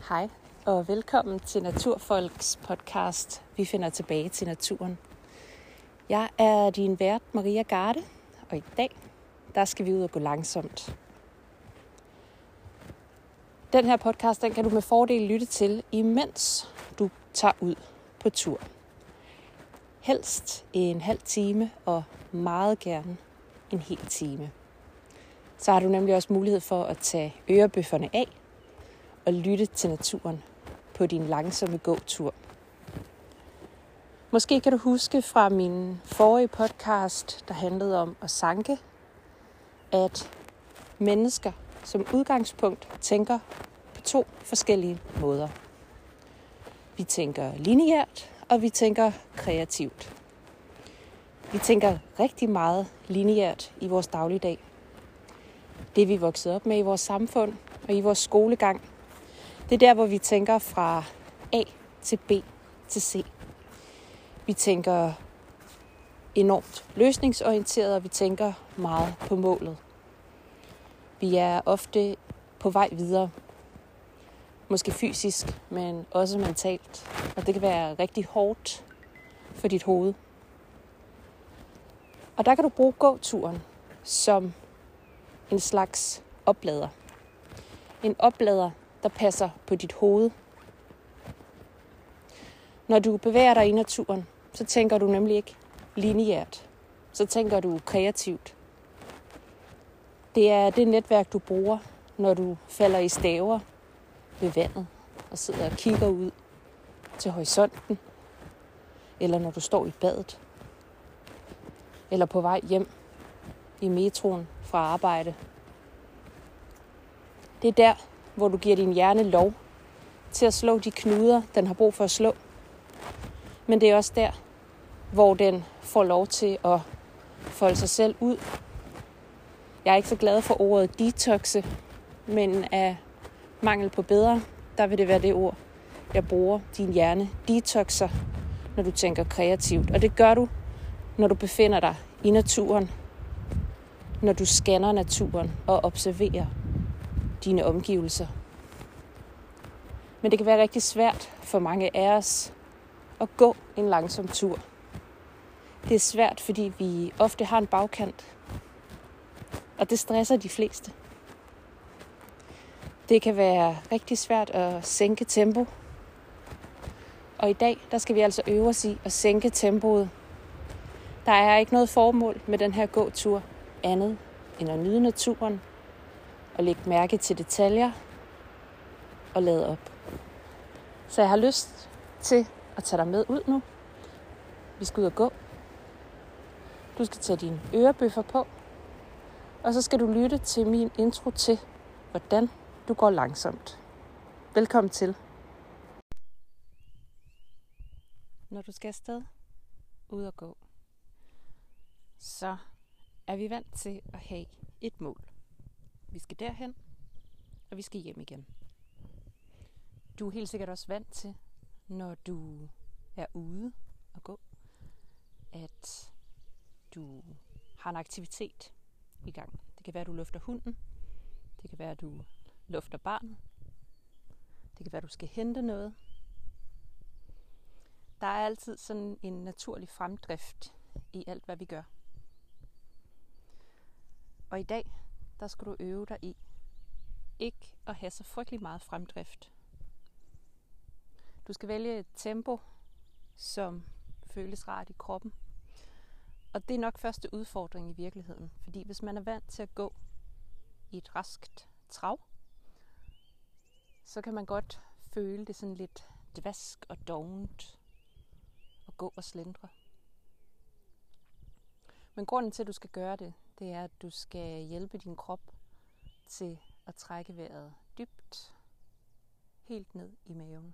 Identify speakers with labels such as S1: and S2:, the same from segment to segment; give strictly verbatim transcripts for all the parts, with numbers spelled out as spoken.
S1: Hej og velkommen til Naturfolks podcast. Vi finder tilbage til naturen. Jeg er din vært Maria Garde, og i dag der skal vi ud og gå langsomt. Den her podcast den kan du med fordel lytte til, imens du tager ud på tur. Helst en halv time og meget gerne en hel time. Så har du nemlig også mulighed for at tage ørebøfferne af og lytte til naturen på din langsomme gåtur. Måske kan du huske fra min forrige podcast, der handlede om at sanke, at mennesker som udgangspunkt tænker på to forskellige måder. Vi tænker lineært, og vi tænker kreativt. Vi tænker rigtig meget lineært i vores dagligdag. Det vi er vokset op med i vores samfund og i vores skolegang, det er der, hvor vi tænker fra A til B til C. Vi tænker enormt løsningsorienteret, og vi tænker meget på målet. Vi er ofte på vej videre. Måske fysisk, men også mentalt. Og det kan være rigtig hårdt for dit hoved. Og der kan du bruge gåturen som en slags oplader. En oplader, der passer på dit hoved. Når du bevæger dig i naturen, så tænker du nemlig ikke lineært. Så tænker du kreativt. Det er det netværk, du bruger, når du falder i staver ved vandet og sidder og kigger ud til horisonten. Eller når du står i badet. Eller på vej hjem i metroen fra arbejde. Det er der, hvor du giver din hjerne lov til at slå de knuder, den har brug for at slå. Men det er også der, hvor den får lov til at folde sig selv ud. Jeg er ikke så glad for ordet detoxe, men af mangel på bedre, der vil det være det ord, jeg bruger. Din hjerne detoxer, når du tænker kreativt. Og det gør du, når du befinder dig i naturen. Når du scanner naturen og observerer dine omgivelser. Men det kan være rigtig svært for mange af os at gå en langsom tur. Det er svært, fordi vi ofte har en bagkant, og det stresser de fleste. Det kan være rigtig svært at sænke tempo, og i dag der skal vi altså øve os i at sænke tempoet. Der er ikke noget formål med den her gåtur andet end at nyde naturen, og lægge mærke til detaljer og lade op. Så jeg har lyst til at tage dig med ud nu. Vi skal ud og gå. Du skal tage dine ørebøffer på, og så skal du lytte til min intro til, hvordan du går langsomt. Velkommen til. Når du skal afsted ud og gå, så er vi vant til at have et mål. Vi skal derhen, og vi skal hjem igen. Du er helt sikkert også vant til, når du er ude og gå, at du har en aktivitet i gang. Det kan være, at du lufter hunden. Det kan være, at du lufter barnet. Det kan være, at du skal hente noget. Der er altid sådan en naturlig fremdrift i alt, hvad vi gør. Og i dag, der skal du øve dig i ikke at have så frygtelig meget fremdrift. Du skal vælge et tempo, som føles rart i kroppen. Og det er nok første udfordring i virkeligheden. Fordi hvis man er vant til at gå i et raskt trav, så kan man godt føle det sådan lidt dvask og dovent og gå og slendre. Men grunden til, at du skal gøre det, det er, at du skal hjælpe din krop til at trække vejret dybt, helt ned i maven.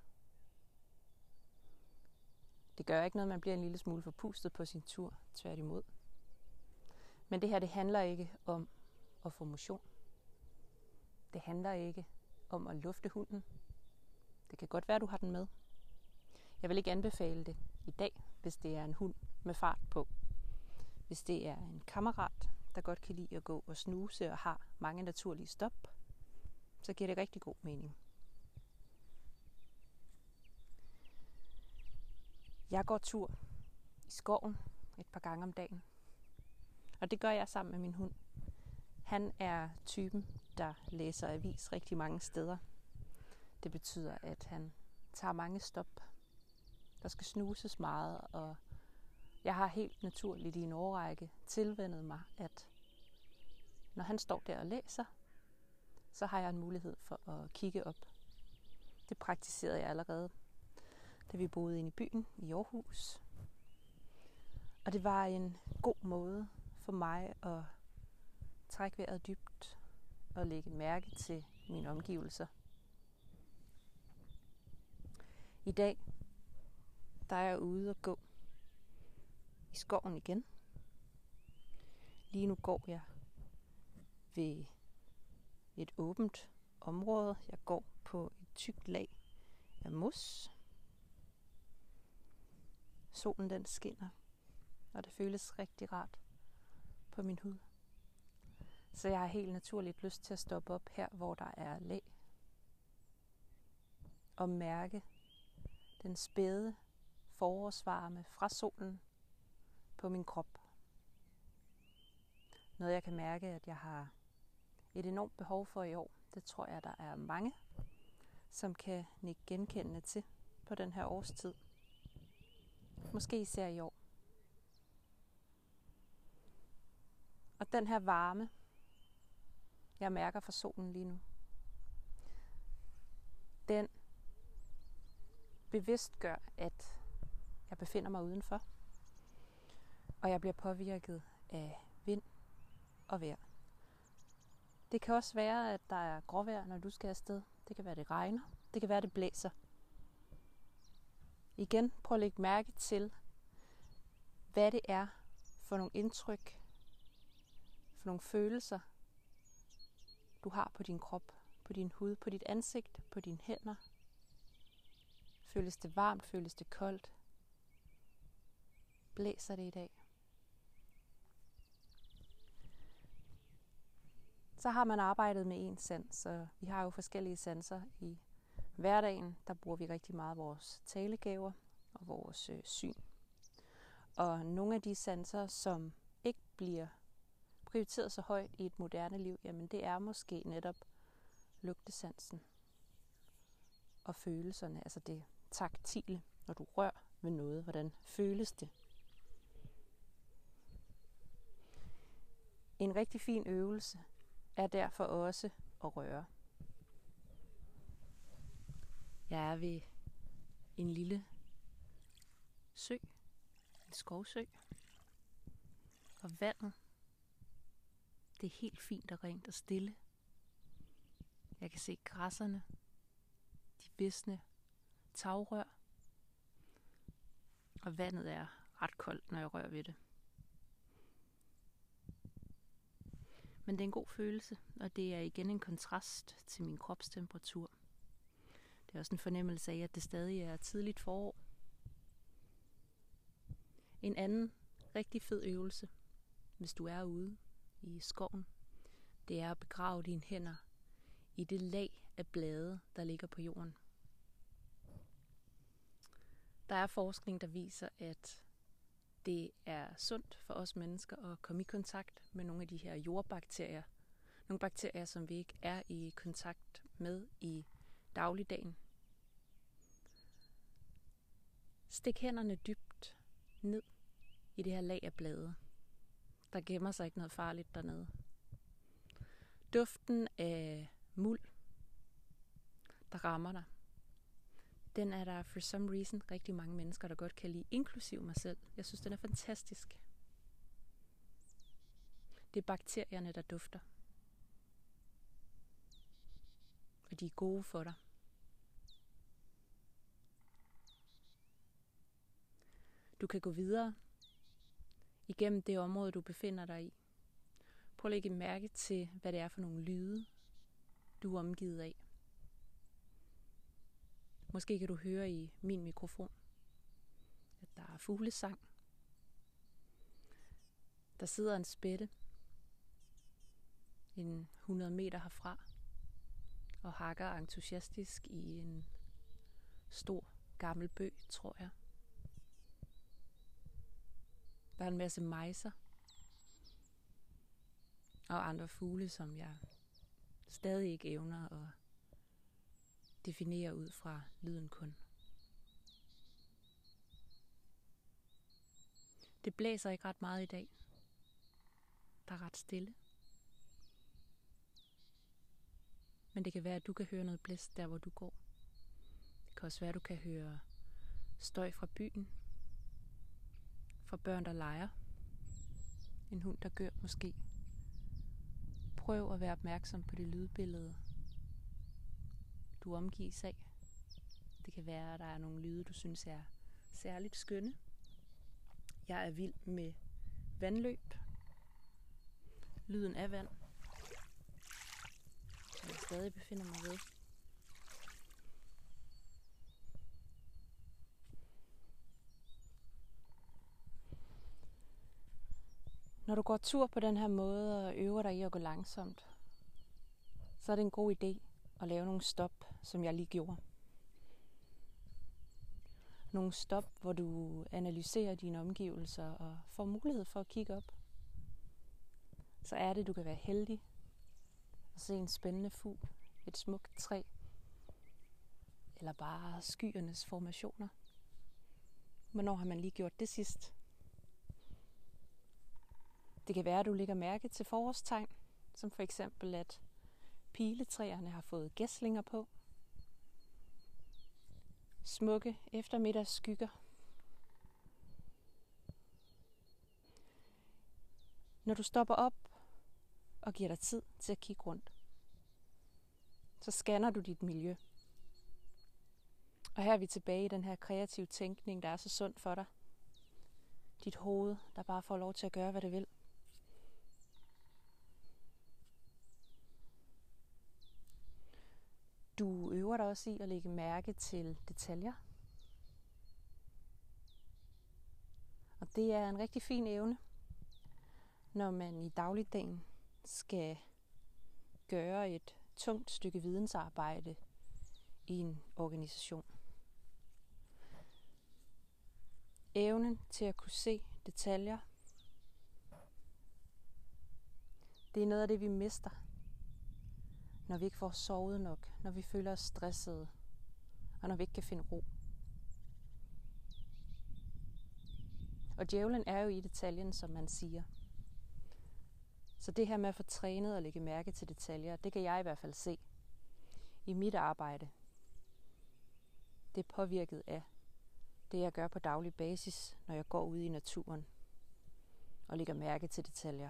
S1: Det gør ikke noget, man bliver en lille smule forpustet på sin tur, tværtimod. Men det her, det handler ikke om at få motion. Det handler ikke om at lufte hunden. Det kan godt være, du har den med. Jeg vil ikke anbefale det i dag, hvis det er en hund med fart på. Hvis det er en kammerat, der godt kan lide at gå og snuse og har mange naturlige stop, så giver det rigtig god mening. Jeg går tur i skoven et par gange om dagen. Og det gør jeg sammen med min hund. Han er typen, der læser avis rigtig mange steder. Det betyder, at han tager mange stop. Der skal snuses meget, og jeg har helt naturligt i en årrække tilvænnet mig, at når han står der og læser, så har jeg en mulighed for at kigge op. Det praktiserede jeg allerede, da vi boede inde i byen i Aarhus. Og det var en god måde for mig at trække vejret dybt og lægge mærke til mine omgivelser. I dag, der er jeg ude og gå i skoven igen. Lige nu går jeg ved et åbent område. Jeg går på et tykt lag af mos. Solen den skinner, og det føles rigtig rart på min hud. Så jeg har helt naturligt lyst til at stoppe op her, hvor der er lag. Og mærke den spæde forårsvarme fra solen på min krop. Noget jeg kan mærke, at jeg har et enormt behov for i år. Det tror jeg, der er mange, som kan nikke genkendende til på den her årstid. Måske især i år. Og den her varme, jeg mærker fra solen lige nu, den bevidst gør, at jeg befinder mig udenfor, og jeg bliver påvirket af vind og vejr. Det kan også være, at der er gråvejr, når du skal afsted. Det kan være, det regner. Det kan være, det blæser. Igen, prøv at lægge mærke til, hvad det er for nogle indtryk, for nogle følelser, du har på din krop, på din hud, på dit ansigt, på dine hænder. Føles det varmt? Føles det koldt? Blæser det i dag? Så har man arbejdet med en sans, og vi har jo forskellige sanser i hverdagen. Der bruger vi rigtig meget vores talegaver og vores øh, syn. Og nogle af de sanser, som ikke bliver prioriteret så højt i et moderne liv, jamen det er måske netop lugtesansen og følelserne, altså det taktile, når du rører ved noget. Hvordan føles det? En rigtig fin øvelse er derfor også at røre. Jeg er ved en lille sø, en skovsø, og vandet, det er helt fint og rent og stille. Jeg kan se græsserne, de visne tagrør, og vandet er ret koldt, når jeg rører ved det. Men det er en god følelse, og det er igen en kontrast til min kropstemperatur. Det er også en fornemmelse af, at det stadig er tidligt forår. En anden rigtig fed øvelse, hvis du er ude i skoven, det er at begrave dine hænder i det lag af blade, der ligger på jorden. Der er forskning, der viser, at det er sundt for os mennesker at komme i kontakt med nogle af de her jordbakterier. Nogle bakterier, som vi ikke er i kontakt med i dagligdagen. Stik hænderne dybt ned i det her lag af blade. Der gemmer sig ikke noget farligt dernede. Duften af muld, der rammer dig, den er der for some reason rigtig mange mennesker, der godt kan lide, inklusiv mig selv. Jeg synes, den er fantastisk. Det er bakterierne, der dufter. Og de er gode for dig. Du kan gå videre igennem det område, du befinder dig i. Prøv at lægge mærke til, hvad det er for nogle lyde, du er omgivet af. Måske kan du høre i min mikrofon, at der er fuglesang. Der sidder en spætte en hundrede meter herfra og hakker entusiastisk i en stor gammel bøg, tror jeg. Der er en masse mejser og andre fugle, som jeg stadig ikke evner at definere ud fra lyden kun. Det blæser ikke ret meget i dag. Der er ret stille. Men det kan være, at du kan høre noget blæst der, hvor du går. Det kan også være, at du kan høre støj fra byen. Fra børn, der leger. En hund, der gør måske. Prøv at være opmærksom på det lydbillede, du omgives af. Det kan være, at der er nogle lyde, du synes er særligt skønne. Jeg er vild med vandløb. Lyden af vand, som jeg stadig befinder mig ved. Når du går tur på den her måde og øver dig i at gå langsomt, så er det en god idé at lave nogle stop, som jeg lige gjorde. Nogle stop, hvor du analyserer dine omgivelser og får mulighed for at kigge op. Så er det, du kan være heldig og se en spændende fugl, et smukt træ, eller bare skyernes formationer. Hvornår har man lige gjort det sidst? Det kan være, at du lægger mærke til forårstegn, som for eksempel, at piletræerne har fået gæslinger på. Smukke eftermiddagsskygger. Når du stopper op og giver dig tid til at kigge rundt, så scanner du dit miljø. Og her er vi tilbage i den her kreative tænkning, der er så sund for dig. Dit hoved, der bare får lov til at gøre, hvad det vil. Du øver dig også i at lægge mærke til detaljer. Og det er en rigtig fin evne, når man i dagligdagen skal gøre et tungt stykke vidensarbejde i en organisation. Evnen til at kunne se detaljer, det er noget af det, vi mister, når vi ikke får sovet nok, når vi føler os stressede, og når vi ikke kan finde ro. Og djævlen er jo i detaljen, som man siger. Så det her med at få trænet og lægge mærke til detaljer, det kan jeg i hvert fald se i mit arbejde. Det er påvirket af det, jeg gør på daglig basis, når jeg går ud i naturen og lægger mærke til detaljer.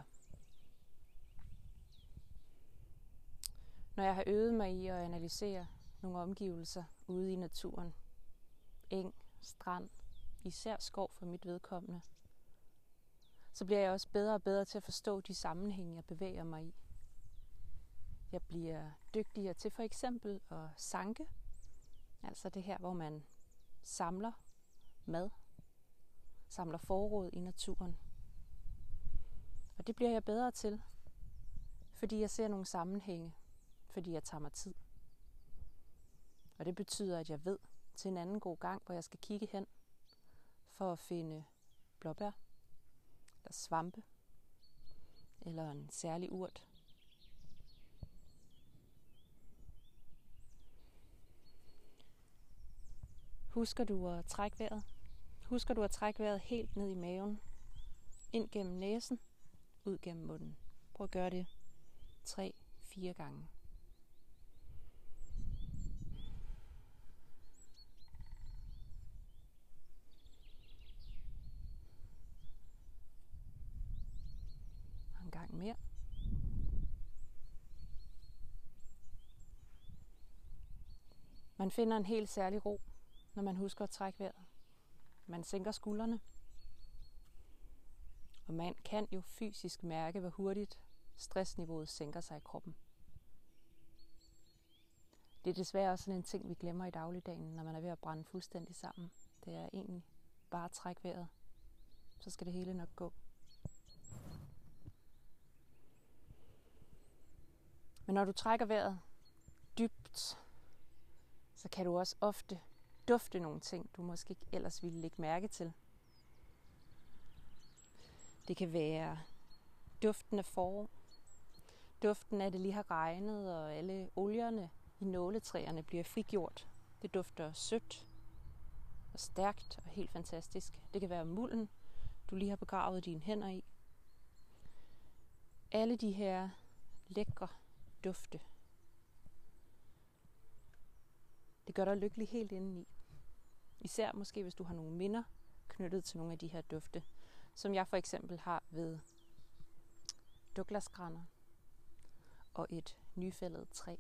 S1: Når jeg har øvet mig i at analysere nogle omgivelser ude i naturen, eng, strand, især skov for mit vedkommende, så bliver jeg også bedre og bedre til at forstå de sammenhænge, jeg bevæger mig i. Jeg bliver dygtigere til for eksempel at sanke, altså det her, hvor man samler mad, samler forråd i naturen. Og det bliver jeg bedre til, fordi jeg ser nogle sammenhænge, fordi jeg tager mig tid. Og det betyder, at jeg ved til en anden god gang, hvor jeg skal kigge hen for at finde blåbær, eller svampe, eller en særlig urt. Husker du at trække vejret? Husker du at trække vejret helt ned i maven, ind gennem næsen, ud gennem munden? Prøv at gøre det tre, fire gange. En gang mere. Man finder en helt særlig ro, når man husker at trække vejret. Man sænker skuldrene. Og man kan jo fysisk mærke, hvor hurtigt stressniveauet sænker sig i kroppen. Det er desværre også sådan en ting, vi glemmer i dagligdagen, når man er ved at brænde fuldstændig sammen. Det er egentlig bare at trække vejret. Så skal det hele nok gå. Men når du trækker vejret dybt, så kan du også ofte dufte nogle ting, du måske ikke ellers ville lægge mærke til. Det kan være duften af forår. Duften af, at det lige har regnet, og alle olierne i nåletræerne bliver frigjort. Det dufter sødt og stærkt og helt fantastisk. Det kan være mulden, du lige har begravet dine hænder i. Alle de her lækre dufte. Det gør dig lykkelig helt indeni. Især måske, hvis du har nogle minder knyttet til nogle af de her dufte. Som jeg for eksempel har ved Douglasgrænder og et nyfældet træ.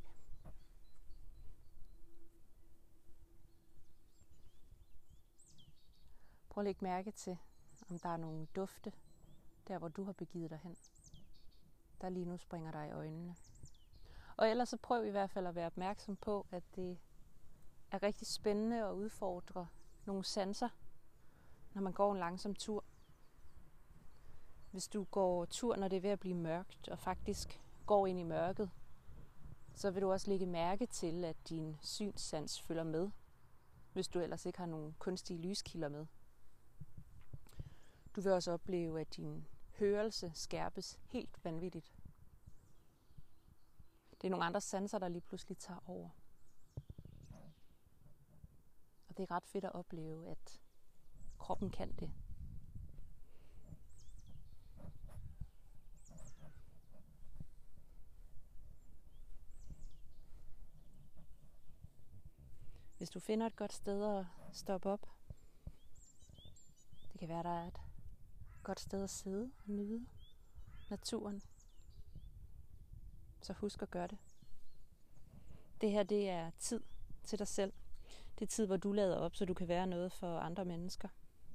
S1: Prøv at lægge mærke til, om der er nogle dufte, der hvor du har begivet dig hen, der lige nu springer dig i øjnene. Og ellers så prøv i hvert fald at være opmærksom på, at det er rigtig spændende at udfordre nogle sanser, når man går en langsom tur. Hvis du går tur, når det er ved at blive mørkt, og faktisk går ind i mørket, så vil du også lægge mærke til, at din synssans følger med, hvis du ellers ikke har nogen kunstige lyskilder med. Du vil også opleve, at din hørelse skærpes helt vanvittigt. Det er nogle andre sanser, der lige pludselig tager over. Og det er ret fedt at opleve, at kroppen kan det. Hvis du finder et godt sted at stoppe op, det kan være, der er et godt sted at sidde og nyde naturen, så husk at gøre det. Det her, det er tid til dig selv. Det er tid, hvor du lader op, så du kan være noget for andre mennesker.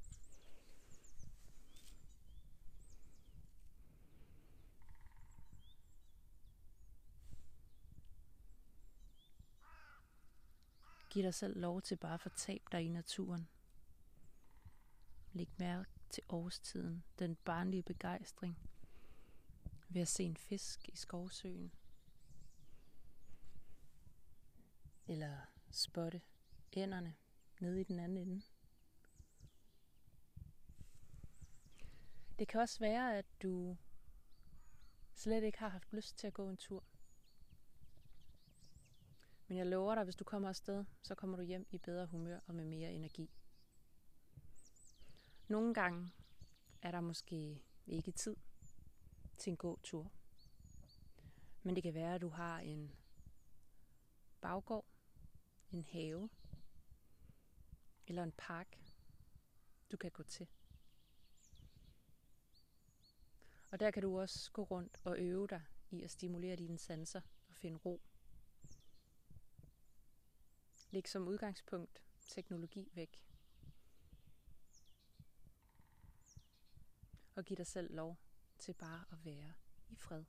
S1: Giv dig selv lov til bare at fortabe dig i naturen. Læg mærke til årstiden, den barnlige begejstring ved at se en fisk i skovsøen. Eller spotte ænderne nede i den anden ende. Det kan også være, at du slet ikke har haft lyst til at gå en tur. Men jeg lover dig, hvis du kommer afsted, så kommer du hjem i bedre humør og med mere energi. Nogle gange er der måske ikke tid til en gåtur. Men det kan være, at du har en baggård, en have eller en park, du kan gå til. Og der kan du også gå rundt og øve dig i at stimulere dine sanser og finde ro. Læg som udgangspunkt teknologi væk. Og giv dig selv lov til bare at være i fred.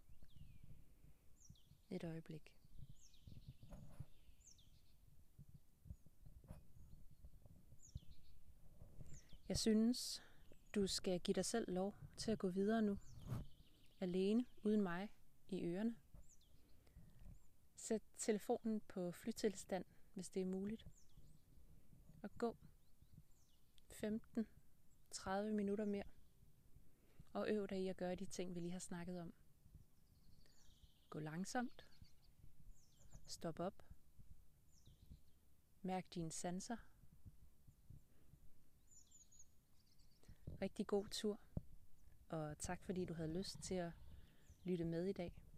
S1: Et øjeblik. Jeg synes, du skal give dig selv lov til at gå videre nu. Alene, uden mig, i ørerne. Sæt telefonen på flytilstand, hvis det er muligt. Og gå femten til tredive minutter mere. Og øv dig i at gøre de ting, vi lige har snakket om. Gå langsomt. Stop op. Mærk dine sanser. Rigtig god tur. Og tak fordi du havde lyst til at lytte med i dag.